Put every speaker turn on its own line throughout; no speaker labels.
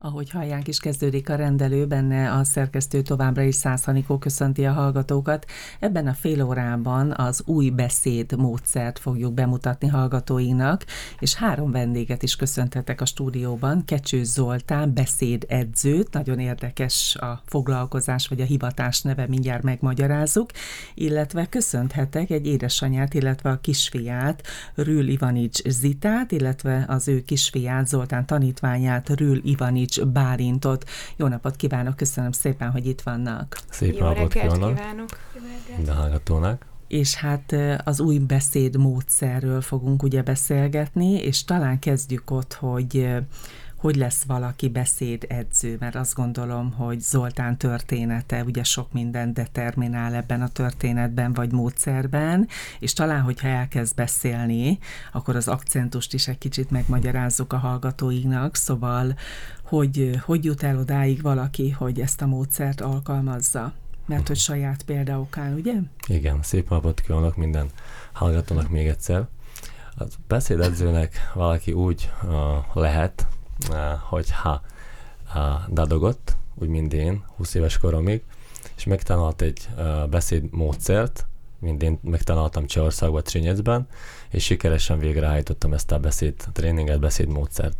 Ahogy hallják is, kezdődik a rendelő, benne a szerkesztő továbbra is Szász Anikó köszönti a hallgatókat. Ebben a fél órában az új beszéd módszert fogjuk bemutatni hallgatóinknak, és 3 vendéget is köszönthetek a stúdióban. Kecső Zoltán, beszédedzőt, nagyon érdekes a foglalkozás vagy a hivatás neve, mindjárt megmagyarázzuk, illetve köszönhetek egy édesanyját, illetve a kisfiát, Rül Ivanics Zitát, illetve az ő kisfiát, Zoltán tanítványát, Rül Ivanics Bálintot. Jó napot kívánok, köszönöm szépen, hogy itt vannak.
Szép napot kívánok minden hallgatónak.
És hát az új beszédmódszerről fogunk ugye beszélgetni, és talán kezdjük ott, hogy lesz valaki beszédedző, mert azt gondolom, hogy Zoltán története ugye sok mindent determinál ebben a történetben vagy módszerben, és talán, hogyha elkezd beszélni, akkor az akcentust is egy kicsit megmagyarázzuk a hallgatóinknak, szóval, hogy jut el odáig valaki, hogy ezt a módszert alkalmazza. Mert hogy saját példaokán, ugye?
Igen, szép napot kívánok minden hallgatónak még egyszer. A beszédedzőnek valaki úgy lehet, hogyha dadogott, úgy mint én, 20 éves koromig, és megtanult egy beszédmódszert, mint én megtanultam Csehországban, Trinyecben, és sikeresen végrehajtottam ezt a beszédtréninget, beszédmódszert.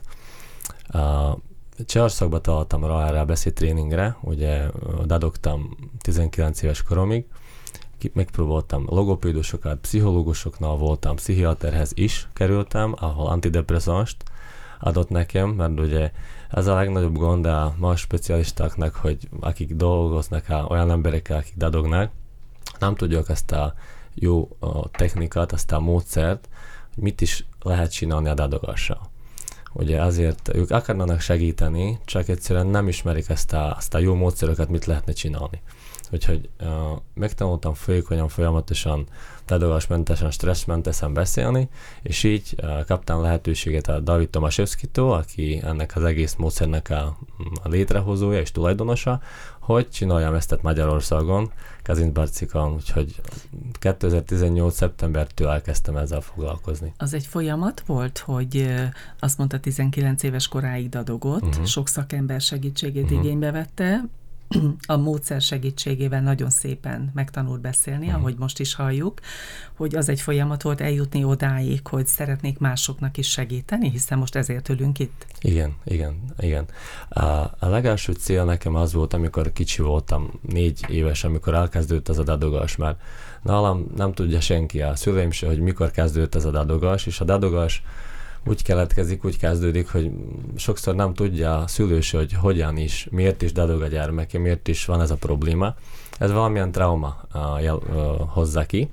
Csehországban találtam rá a beszédtréningre, ugye dadogtam 19 éves koromig, megpróbáltam logopédusokat, pszichológusoknál voltam, pszichiáterhez is kerültem, ahol antidepresszánst adott nekem, mert ugye ez a legnagyobb gond a más specialistáknak, hogy akik dolgoznak olyan emberekkel, akik dadognak, nem tudják ezt a jó technikát, ezt a módszert, hogy mit is lehet csinálni a dadogással. Ugye azért ők akarnának segíteni, csak egyszerűen nem ismerik ezt a jó módszereket, mit lehetne csinálni. Úgyhogy megtanultam folyamatosan, dadogásmentesen, stresszmentesen beszélni, és így kaptam lehetőséget a David Tomaszewskitól, aki ennek az egész módszernek a létrehozója és tulajdonosa, hogy csináljam ezt Magyarországon, Kazincbarcikon, úgyhogy 2018. szeptembertől elkezdtem ezzel foglalkozni.
Az egy folyamat volt, hogy azt mondta 19 éves koráig dadogott, sok szakember segítségét igénybe vette, a módszer segítségével nagyon szépen megtanult beszélni, ahogy most is halljuk, hogy az egy folyamat volt eljutni odáig, hogy szeretnék másoknak is segíteni, hiszen most ezért ülünk itt.
Igen. A legelső cél nekem az volt, amikor kicsi voltam, 4 éves, amikor elkezdődött ez a dadogás, mert nálam nem tudja senki, a szüleim se, hogy mikor kezdődött ez a dadogás, és a dadogás úgy keletkezik, úgy kezdődik, hogy sokszor nem tudja a szülő se, hogy hogyan is, miért is dadog a gyermeke, miért is van ez a probléma. Ez valamilyen trauma hozza ki,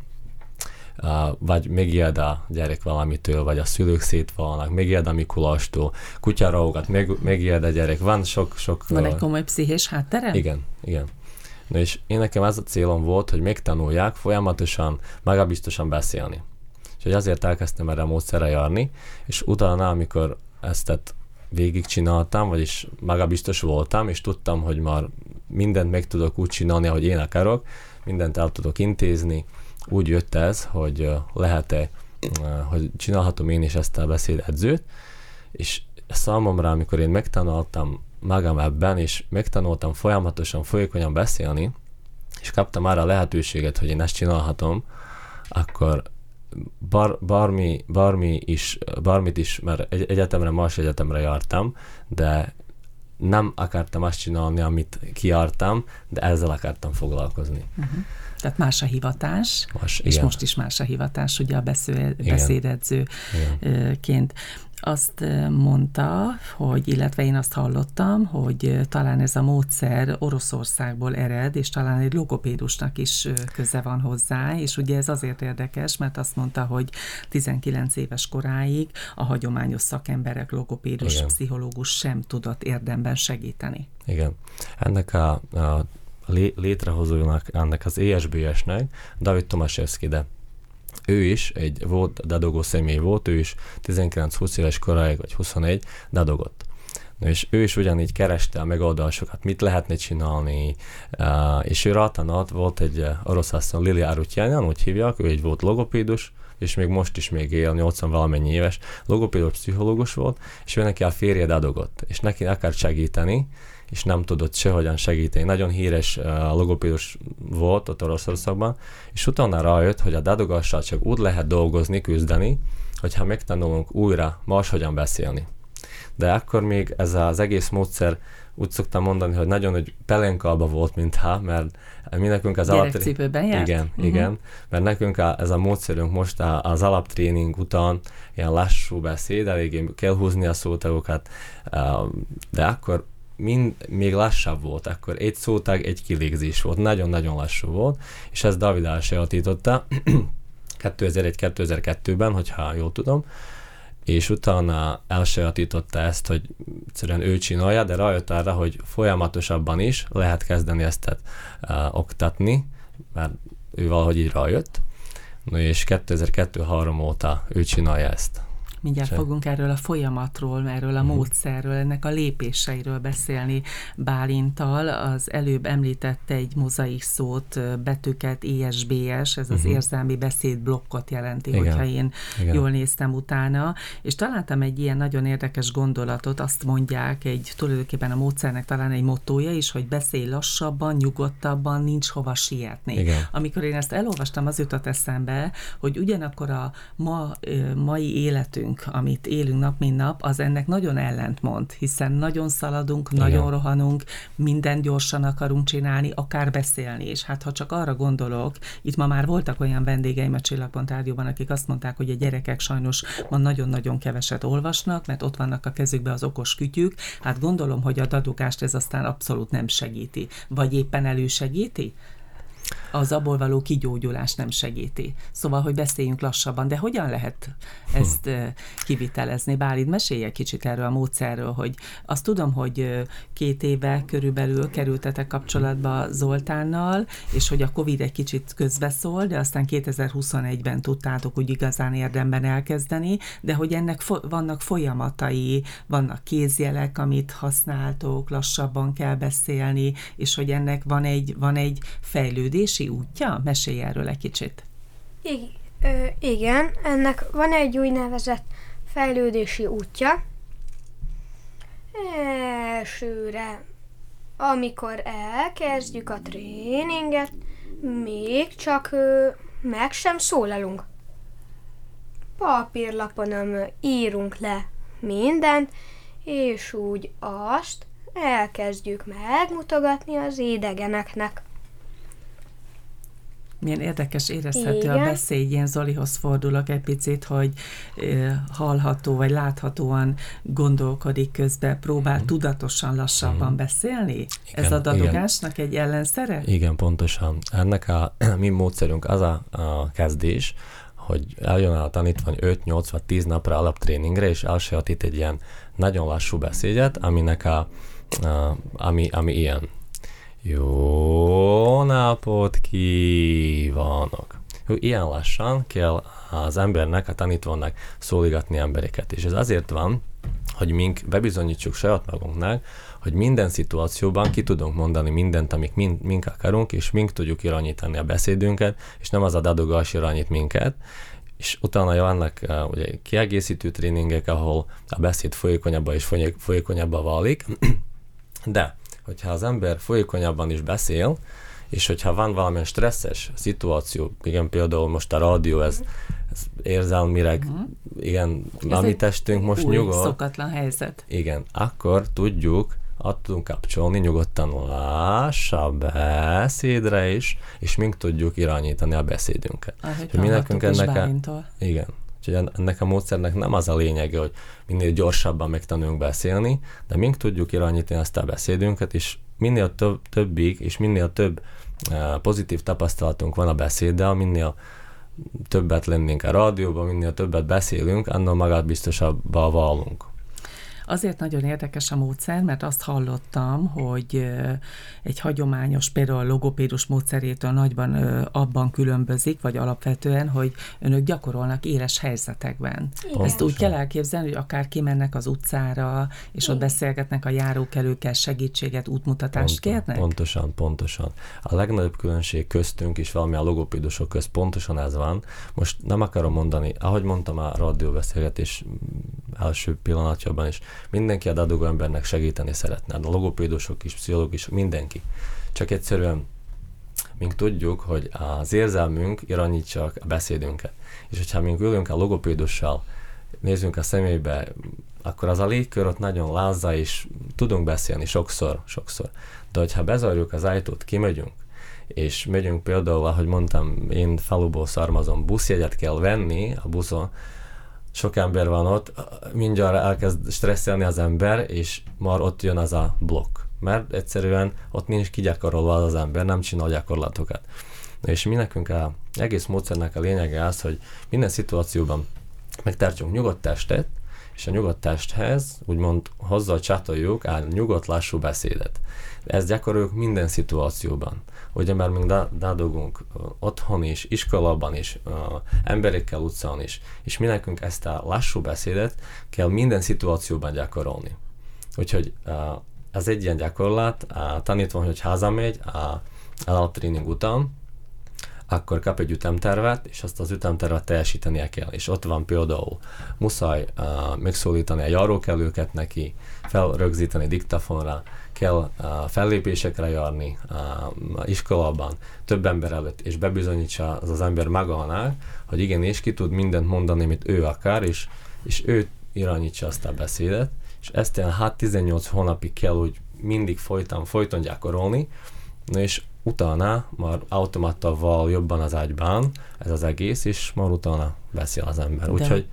vagy megijed a gyerek valamitől, vagy a szülők szétvalnak, megijed a Mikulástól, kutyaraugat, megijed a gyerek, van sok...
Van egy komoly pszichés háttere?
Igen. Na és én nekem az a célom volt, hogy megtanulják folyamatosan, magabiztosan beszélni. Úgyhogy azért elkezdtem erre a módszerre járni, és utána, amikor ezt végigcsináltam, vagyis magabiztos voltam, és tudtam, hogy már mindent meg tudok úgy csinálni, ahogy én akarok, mindent el tudok intézni, úgy jött ez, hogy lehet-e, hogy csinálhatom én is ezt a beszédedzőt, és számomra, amikor én megtanultam magam ebben, és megtanultam folyamatosan, folyékonyan beszélni, és kaptam arra a lehetőséget, hogy én ezt csinálhatom, akkor bármit is, mert más egyetemre jártam, de nem akartam azt csinálni, amit kijártam, de ezzel akartam foglalkozni.
Tehát más a hivatás, és
igen.
Most is más a hivatás, ugye a beszédedzőként. Azt mondta, hogy, illetve én azt hallottam, hogy talán ez a módszer Oroszországból ered, és talán egy logopédusnak is köze van hozzá, és ugye ez azért érdekes, mert azt mondta, hogy 19 éves koráig a hagyományos szakemberek, logopédus, pszichológus sem tudott érdemben segíteni.
Igen. Ennek a létrehozónak, ennek az ESBS-nek David Tomaszewski, de ő is egy volt dadogó személy volt, ő is 19-20 éves koráig, vagy 21 dadogott. Na és ő is ugyanígy kereste a megoldásokat, mit lehetne csinálni, és ő rátanált, volt egy orosz asszony, Lilia Arutjányan, úgy hívják, ő egy volt logopédus, és még most is még él, 80 valamennyi éves, logopédos pszichológus volt, és ő neki a férje dadogott, és neki akart segíteni, és nem tudott sehogyan segíteni. Nagyon híres logopédus volt ott Oroszországban, és utána rájött, hogy a dadogással csak úgy lehet dolgozni, küzdeni, hogyha megtanulunk újra máshogyan beszélni. De akkor még ez az egész módszer, úgy szoktam mondani, hogy nagyon hogy pelenkalba volt, mintha, mert mi nekünk az
gyerekcipőben járt?
Igen, mert nekünk ez a módszerünk most az alaptréning után ilyen lassú beszéd, eléggé kell húzni a szótagokat, de akkor még lassabb volt, akkor egy szótag, egy kilégzés volt, nagyon-nagyon lassú volt, és ezt Dávid elsajátította 2001-2002-ben, hogyha jól tudom, és utána elsajátította ezt, hogy egyszerűen ő csinálja, de rájött arra, hogy folyamatosabban is lehet kezdeni ezt oktatni, mert ő valahogy így rájött, no, és 2002-3 óta ő csinálja ezt.
Mindjárt fogunk erről a folyamatról, erről a módszerről, ennek a lépéseiről beszélni Bálinttal. Az előbb említette egy mozaik szót, betűket, ESBS, ez az érzelmi beszédblokkot jelenti, hogyha én jól néztem utána, és találtam egy ilyen nagyon érdekes gondolatot, azt mondják, tulajdonképpen a módszernek talán egy mottója is, hogy beszélj lassabban, nyugodtabban, nincs hova sietni.
Igen.
Amikor én ezt elolvastam, az jutott eszembe, hogy ugyanakkor a mai életünk, amit élünk nap, mint nap, az ennek nagyon ellentmond, hiszen nagyon szaladunk, nagyon rohanunk, mindent gyorsan akarunk csinálni, akár beszélni, és hát ha csak arra gondolok, itt ma már voltak olyan vendégeim a Csillagpont Rádióban, akik azt mondták, hogy a gyerekek sajnos ma nagyon-nagyon keveset olvasnak, mert ott vannak a kezükbe az okos kütyük, hát gondolom, hogy a dadogást ez aztán abszolút nem segíti, vagy éppen elősegíti? Az abból való kigyógyulás nem segíti. Szóval, hogy beszéljünk lassabban, de hogyan lehet ezt kivitelezni? Bálint, mesélj egy kicsit erről a módszerről, hogy azt tudom, hogy 2 éve körülbelül kerültetek kapcsolatba Zoltánnal, és hogy a Covid egy kicsit közbeszól, de aztán 2021-ben tudtátok úgy igazán érdemben elkezdeni, de hogy ennek vannak folyamatai, vannak kézjelek, amit használtok, lassabban kell beszélni, és hogy ennek van egy fejlődési útja? Mesélj erről egy kicsit.
Igen, ennek van egy úgynevezett fejlődési útja. Elsőre, amikor elkezdjük a tréninget, még csak meg sem szólalunk. Papírlapon írunk le mindent, és úgy azt elkezdjük megmutogatni az idegeneknek.
Milyen érdekes, érezhető a beszéd, én Zolihoz fordulok egy picit, hogy hallható vagy láthatóan gondolkodik közben, próbál tudatosan lassabban beszélni? Igen, ez a dadogásnak egy ellenszere?
Igen, pontosan. Ennek a mi módszerünk az a kezdés, hogy eljön a tanítvány 5, 8 vagy 10 napra alaptréningre, és elsajátít egy ilyen nagyon lassú beszédet, aminek ami ilyen. Jó napot kívánok! Ilyen lassan kell az embernek, a tanítvónak szólítani embereket. És ez azért van, hogy mink bebizonyítsuk saját magunknak, hogy minden szituációban ki tudunk mondani mindent, amit mink akarunk, és mink tudjuk irányítani a beszédünket, és nem az a dadogás irányít minket. És utána vannak ugye, kiegészítő tréningek, ahol a beszéd folyékonyabbá és folyékonyabbá válik, de hogyha az ember folyékonyabban is beszél, és hogyha van valamilyen stresszes szituáció, igen, például most a rádió, ez érzelmileg, igen, a mi testünk most nyugodt.
Szokatlan helyzet.
Igen, akkor tudunk kapcsolni nyugodtan lassabb beszédre is, és mink tudjuk irányítani a beszédünket.
Mi nekünk
igen. Úgyhogy ennek a módszernek nem az a lényege, hogy minél gyorsabban megtanulunk beszélni, de mink tudjuk irányítani azt a beszédünket, és minél többig, és minél több pozitív tapasztalatunk van a beszéddel, minél többet lennénk a rádióban, minél többet beszélünk, annál magátbiztosabbá válunk.
Azért nagyon érdekes a módszer, mert azt hallottam, hogy egy hagyományos, például a logopédus módszerétől nagyban abban különbözik, vagy alapvetően, hogy önök gyakorolnak éles helyzetekben.
Igen.
Ezt úgy kell elképzelni, hogy akár kimennek az utcára, és ott beszélgetnek a járókelőkkel, segítséget, útmutatást kérnek?
Pontosan. A legnagyobb különbség köztünk és valami a logopédusok közt pontosan ez van. Most nem akarom mondani, ahogy mondtam a rádióbeszélgetés első pillanatjában is, mindenki a dadogó embernek segíteni szeretne. A logopédusok is, pszichológusok is, mindenki. Csak egyszerűen mink tudjuk, hogy az érzelmünk irányítja a beszédünket. És hogyha mink ülünk a logopédussal, nézzünk a szemébe, akkor az a légkör ott nagyon láza, és tudunk beszélni sokszor. De hogyha bezárjuk az ajtót, kimegyünk, és megyünk például, ahogy mondtam, én faluból származom, buszjegyet kell venni a buszon, sok ember van ott, mindjárt elkezd stresszelni az ember, és már ott jön az a blokk. Mert egyszerűen ott nincs kigyakorolva az ember, nem csinál gyakorlatokat. És mi nekünk az egész módszernek a lényege az, hogy minden szituációban megtartjunk nyugodt testet, és a nyugodt testhez úgymond hozzá csatoljuk a nyugodt lassú beszédet. Ezt gyakoroljuk minden szituációban. Ugye már még dadogunk otthon is, iskolában is, emberekkel utcán is, és mi nekünk ezt a lassú beszédet kell minden szituációban gyakorolni. Úgyhogy ez egy ilyen gyakorlat, tanítva, hogy hazamegy az alaptréning után, akkor kap egy ütemtervet, és azt az ütemtervet teljesítenie kell. És ott van például muszáj megszólítani a járókelőket neki, felrögzíteni diktafonra, kell fellépésekre járni iskolában, több ember előtt, és bebizonyítsa az ember magának, hogy igenis ki tud mindent mondani, amit ő akar, és ő irányítsa azt a beszédet, és ezt ilyen 6-18 hónapig kell úgy mindig folyton gyakorolni, és utána már automatával jobban az ágyban ez az egész, és már utána beszél az ember.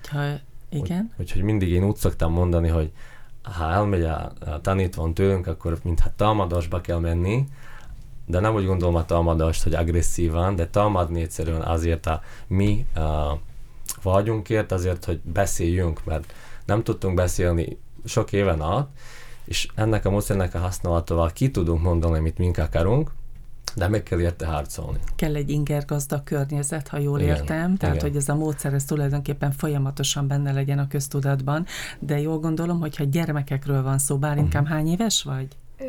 Úgyhogy mindig én úgy szoktam mondani, hogy ha elmegy a tanítvón tőlünk, akkor mintha támadásba kell menni, de nem úgy gondolom a támadást, hogy agresszívan, de támadni egyszerűen azért a mi vagyunkért, azért, hogy beszéljünk, mert nem tudtunk beszélni sok éven át, és ennek a módszernek a használatával ki tudunk mondani, amit mink akarunk, de meg kell érte harcolni.
Kell egy ingergazdag környezet, ha jól értem, tehát hogy ez a módszer ez tulajdonképpen folyamatosan benne legyen a köztudatban, de jól gondolom, hogyha gyermekekről van szó, Bálinkám, hány éves vagy?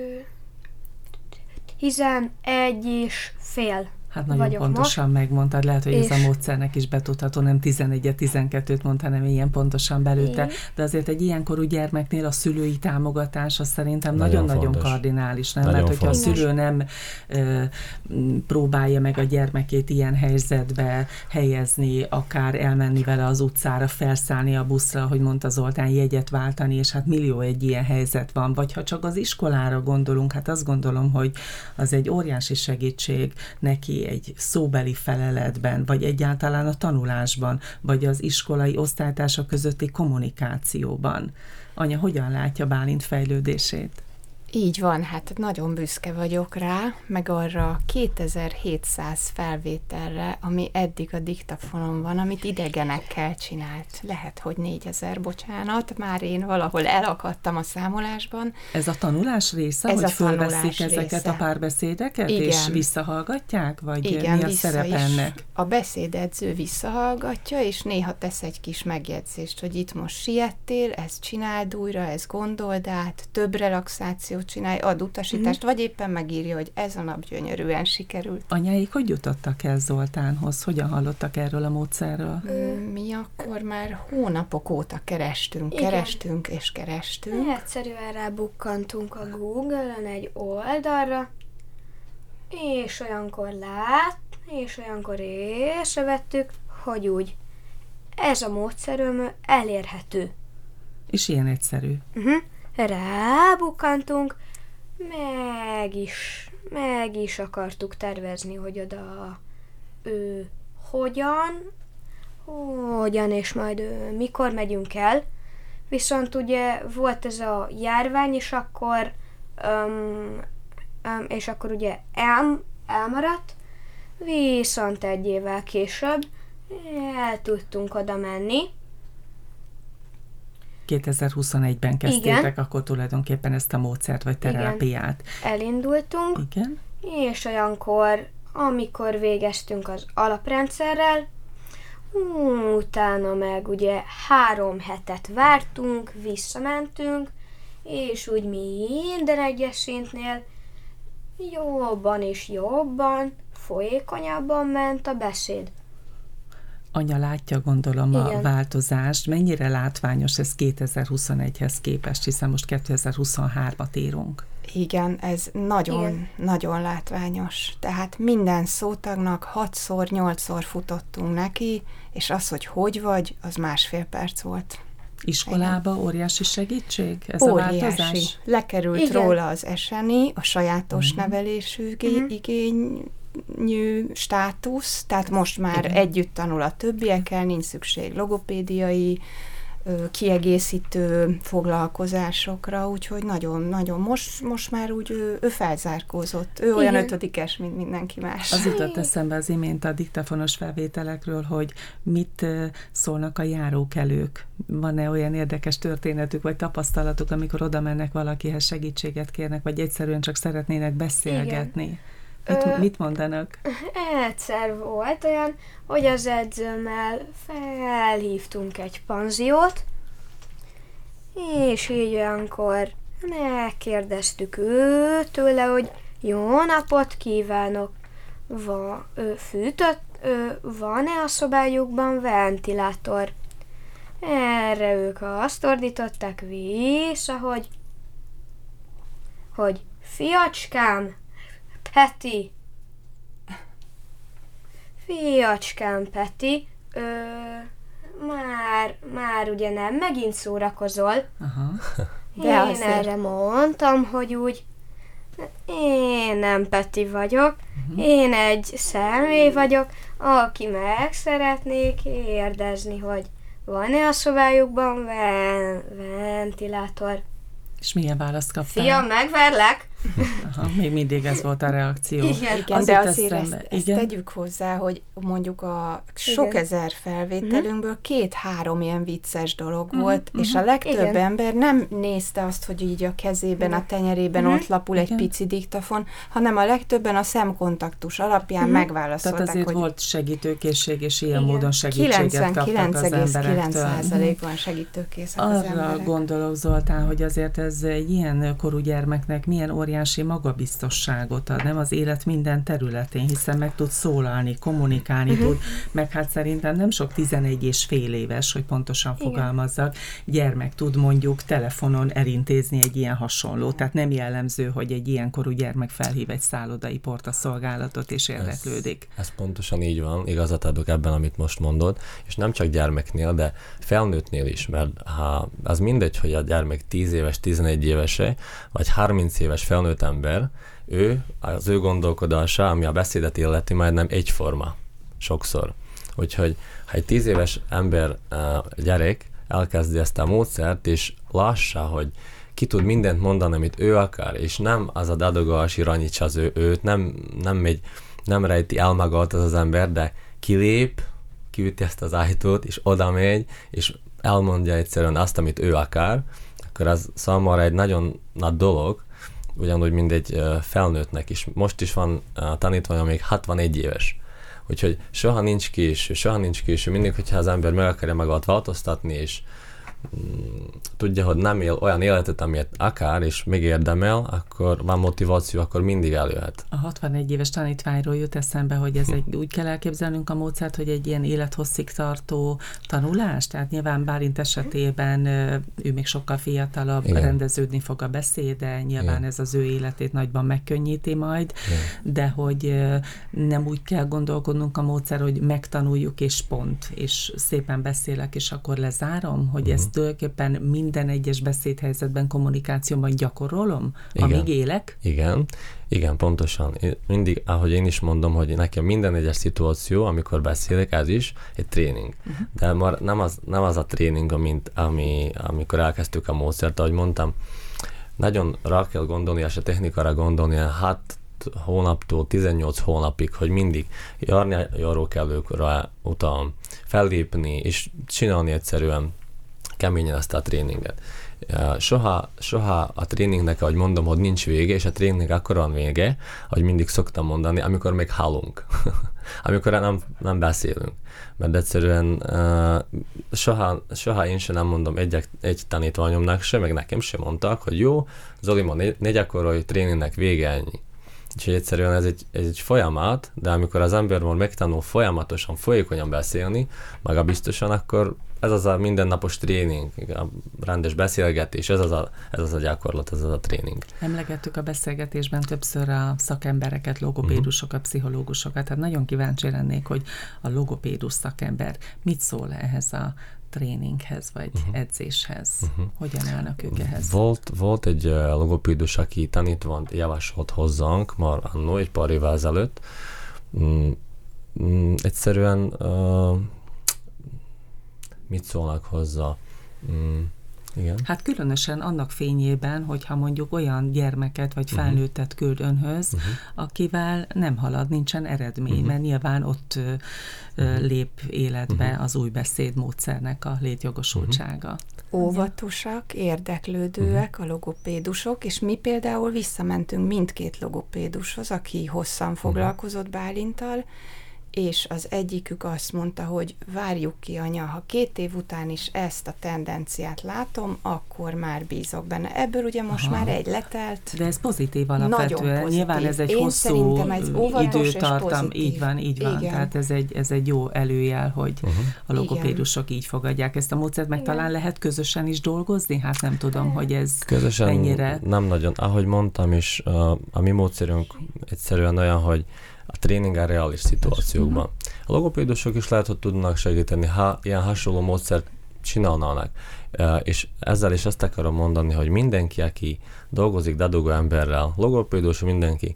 11,5.
Hát nagyon pontosan most megmondtad, lehet, hogy ez a módszernek is betudható, nem 11-12-t mond, hanem ilyen pontosan belőtte, de azért egy ilyenkorú gyermeknél a szülői támogatás az szerintem nagyon-nagyon kardinális, nem? Mert hogyha a szülő nem próbálja meg a gyermekét ilyen helyzetbe helyezni, akár elmenni vele az utcára, felszállni a buszra, ahogy mondta Zoltán, jegyet váltani, és hát millió egy ilyen helyzet van, vagy ha csak az iskolára gondolunk, hát azt gondolom, hogy az egy óriási segítség neki egy szóbeli feleletben, vagy egyáltalán a tanulásban, vagy az iskolai osztálytársak közötti kommunikációban. Anya, hogyan látja Bálint fejlődését?
Így van, hát nagyon büszke vagyok rá, meg arra 2700 felvételre, ami eddig a diktafonon van, amit idegenekkel csinált. Lehet, hogy 4000, bocsánat, már én valahol elakadtam a számolásban.
Ez a tanulás része,
ez
hogy fölveszik
része.
ezeket a párbeszédeket,
igen.
És visszahallgatják? Vagy
igen,
mi a szerep ennek?
A beszédedző visszahallgatja, és néha tesz egy kis megjegyzést, hogy itt most siettél, ezt csináld újra, ezt gondold át, több relaxációt csinálj, ad utasítást, vagy éppen megírja, hogy ez a nap gyönyörűen sikerült.
Anyáik hogy jutottak el Zoltánhoz? Hogyan hallottak erről a módszerről?
Mi akkor már hónapok óta kerestünk.
Egyszerűen rábukkantunk a Google-on egy oldalra, és olyankor észrevettük, hogy úgy ez a módszeröm elérhető.
És ilyen egyszerű.
Rábukkantunk, meg is akartuk tervezni, hogy oda hogyan és majd mikor megyünk el. Viszont ugye volt ez a járvány, és akkor ugye elmaradt, viszont egy évvel később el tudtunk oda menni.
2021-ben kezdtétek,
Igen.
akkor tulajdonképpen ezt a módszert vagy terápiát.
Elindultunk,
Igen.
és olyankor, amikor végeztünk az alaprendszerrel, utána meg ugye 3 hetet vártunk, visszamentünk, és úgy minden egyes szintnél jobban és jobban, folyékonyabban ment a beszéd.
Anya látja, gondolom, a
Igen.
változást. Mennyire látványos ez 2021-hez képest, hiszen most 2023-at írunk.
Igen, ez nagyon látványos. Tehát minden szótagnak 6-szor, 8-szor futottunk neki, és az, hogy vagy, az 1,5 perc volt.
Iskolába óriási segítség ez
Óriási.
a változás?
Lekerült
Igen.
róla az SNI, a sajátos nevelésű igényű státusz, tehát most már együtt tanul a többiekkel, nincs szükség logopédiai, kiegészítő foglalkozásokra, úgyhogy nagyon-nagyon most már úgy ő felzárkózott. Ő olyan
Igen.
5-es, mint mindenki más.
Az jutott eszembe az imént a diktafonos felvételekről, hogy mit szólnak a járókelők. Van-e olyan érdekes történetük, vagy tapasztalatuk, amikor oda mennek valakihez, segítséget kérnek, vagy egyszerűen csak szeretnének beszélgetni? Mit mondanak?
Egyszer volt olyan, hogy az edzőmmel felhívtunk egy panziót, és így olyankor megkérdeztük tőle, hogy jó napot kívánok, van-e a szobájukban ventilátor? Erre ők azt ordították vissza, hogy fiacskám, Peti, fiacskám Peti, már ugye nem megint szórakozol.
Aha.
De
Én
azért.
erre mondtam, hogy úgy, én nem Peti vagyok, én egy személy vagyok, aki meg szeretné kérdezni, hogy van-e a szobájukban ventilátor.
És milyen választ kaptál?
Fiam, megverlek!
Aha, még mindig ez volt a reakció.
Igen.
Igen,
Az
de
jut
azért
eszembe.
ezt
Igen?
tegyük hozzá, hogy mondjuk a sok
Igen.
ezer felvételünkből 2-3 ilyen vicces dolog volt, és a legtöbb
Igen.
ember nem nézte azt, hogy így a kezében, a tenyerében ott lapul egy
Igen.
pici diktafon, hanem a legtöbben a szemkontaktus alapján
Tehát
megválaszolták,
azért
hogy
volt segítőkészség, és ilyen
Igen.
módon segítséget kaptak az emberektől.
99,9%-ban segítőkészek az
Arra
emberek.
gondolok, Zoltán, hogy azért ez egy ilyen korú gyermeknek milyen óriási magabiztosságot ad, nem az élet minden területén, hiszen meg tud szólalni, kommunikálni tud, meg hát szerintem nem sok 11 és fél éves, hogy pontosan fogalmazzak, gyermek tud mondjuk telefonon elintézni egy ilyen hasonló. Tehát nem jellemző, hogy egy ilyen korú gyermek felhív egy szállodai portaszolgálatot és érdeklődik.
Ez pontosan így van, igazat adok ebben, amit most mondod, és nem csak gyermeknél, de felnőttnél is, mert ha az mindegy, hogy a gyermek 10 éves, 11 évese, vagy 30 éves felnőtt ember, az ő gondolkodása, ami a beszédet illeti, majdnem egyforma sokszor. Úgyhogy ha egy 10 éves ember, gyerek elkezdi ezt a módszert, és lássa, hogy ki tud mindent mondani, amit ő akar, és nem az a dadogás irányítsa az őt, nem rejti el magát az ember, de kilép, kiüti ezt az ajtót, és oda megy, és elmondja egyszerűen azt, amit ő akar, akkor az számára egy nagyon nagy dolog, ugyanúgy, mint egy felnőttnek is. Most is van tanítványom, még 61 éves. Úgyhogy soha nincs késő. Mindig, hogyha az ember meg akarja magát változtatni, és tudja, hogy nem él olyan életet, amit akar, és megérdemel, akkor van motiváció, akkor mindig előhet.
A 61 éves tanítványról jut eszembe, hogy ez úgy kell elképzelnünk a módszert, hogy egy ilyen élethosszig tartó tanulás, tehát nyilván Bálint esetében ő még sokkal fiatalabb,
Igen.
rendeződni fog a beszéde, nyilván
Igen.
ez az ő életét nagyban megkönnyíti majd,
Igen.
de hogy nem úgy kell gondolkodnunk a módszer, hogy megtanuljuk és pont, és szépen beszélek, és akkor lezárom, hogy ezt tulajdonképpen minden egyes beszédhelyzetben, kommunikációban gyakorolom, amíg élek?
Igen, pontosan. Mindig, ahogy én is mondom, hogy nekem minden egyes szituáció, amikor beszélek, ez is egy tréning. De már nem az a tréning, amikor elkezdtük a módszert, ahogy mondtam, nagyon rá kell gondolni, és a technikára gondolni, 6 hónaptól 18 hónapig, hogy mindig járókelőkre utána fellépni, és csinálni egyszerűen keményen ezt a tréninget. Soha a tréningnek, ahogy mondom, hogy nincs vége, és a tréning akkor van vége, ahogy mindig szoktam mondani, amikor még hallunk, amikor nem beszélünk. Mert egyszerűen soha én sem nem mondom egy tanítványomnak sem, meg nekem sem mondtak, hogy jó, Zoli, ma ne gyakorolj, tréningnek vége, ennyi. Úgyhogy egyszerűen ez egy folyamat, de amikor az ember már megtanul folyamatosan, folyékonyan beszélni, magabiztosan, akkor ez az a mindennapos tréning, a rendes beszélgetés, ez az a gyakorlat, ez az a tréning.
Emlegettük a beszélgetésben többször a szakembereket, logopédusokat, pszichológusokat. Hát nagyon kíváncsi lennék, hogy a logopédus szakember mit szól ehhez a tréninghez, vagy edzéshez. Hogyan állnak ők ehhez?
Volt egy logopédus, aki tanítványt javasolt hozzánk már annó, egy pár évvel ezelőtt. Egyszerűen mit szólnak hozzá? Igen.
Hát különösen annak fényében, hogyha mondjuk olyan gyermeket vagy felnőttet küld önhöz, akivel nem halad, nincsen eredmény, mert nyilván ott lép életbe az új beszédmódszernek a létjogosultsága.
Óvatosak, érdeklődőek a logopédusok, és mi például visszamentünk mindkét logopédushoz, aki hosszan foglalkozott Bálinttal, és az egyikük azt mondta, hogy várjuk ki, anya, ha 2 év után is ezt a tendenciát látom, akkor már bízok benne. Ebből ugye most már egy letelt.
De ez pozitív alapvetően.
Nagyon pozitív.
Nyilván ez egy
Én
hosszú
szerintem ez
időtartam. Így van.
Igen.
Tehát ez egy jó előjel, hogy a logopédusok így fogadják ezt a módszert, meg talán lehet közösen is dolgozni? Hát nem tudom, hogy ez
közösen
mennyire...
nem nagyon. Ahogy mondtam is, a mi módszerünk egyszerűen olyan, hogy a tréning a reális szituációkban. A logopédusok is lehet, hogy tudnak segíteni, ha ilyen hasonló módszert csinálnának. És ezzel is azt akarom mondani, hogy mindenki, aki dolgozik dadogó emberrel, logopédus, mindenki,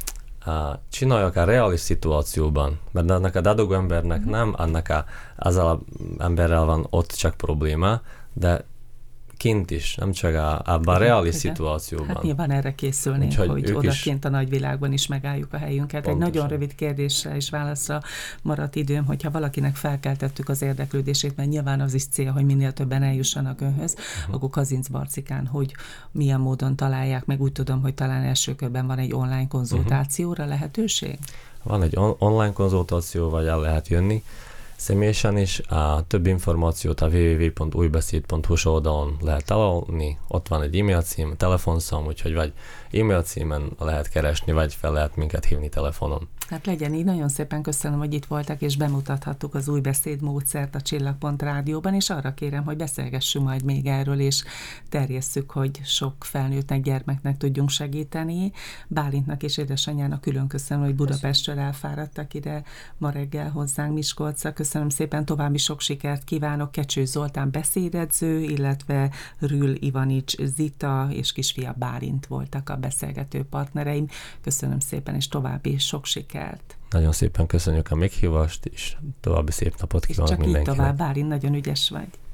csinálják a reális szituációban, mert annak a dadogó embernek nem azzal az emberrel van ott csak probléma, de kint is, nem csak abban a reális szituációban.
Hát nyilván erre készülnénk, hogy odakint a nagyvilágban is megálljuk a helyünket. Pontosan. Egy nagyon rövid kérdésre és válaszra maradt időm, hogyha valakinek felkeltettük az érdeklődését, mert nyilván az is cél, hogy minél többen eljussanak önhöz, akkor Kazinc Barcikán, hogy milyen módon találják meg, úgy tudom, hogy talán első körben van egy online konzultációra lehetőség?
Van egy online konzultáció, vagy el lehet jönni. Személyesen is a több információt a www.újbeszéd.hu oldalon lehet találni, ott van egy e-mail cím, telefonszám, úgyhogy vagy e-mail címen lehet keresni, vagy fel lehet minket hívni telefonon.
Hát legyen így, nagyon szépen köszönöm, hogy itt voltak, és bemutathattuk az új beszédmódszert a Csillagpont Rádióban, és arra kérem, hogy beszélgessünk majd még erről, és terjesszük, hogy sok felnőttnek, gyermeknek tudjunk segíteni. Bálintnak és édesanyjának külön köszönöm, hogy Budapestről elfáradtak ide ma reggel hozzánk Miskolcra. Köszönöm szépen, további sok sikert kívánok. Kecső Zoltán beszédedző, illetve Rül Ivanics Zita és kisfia Bálint voltak a beszélgető partnereim. Köszönöm szépen, és további sok sikert.
Nagyon szépen köszönjük a meghívást, és további szép napot kívánok mindenkinek.
És csak így tovább, Bálint, nagyon ügyes vagy.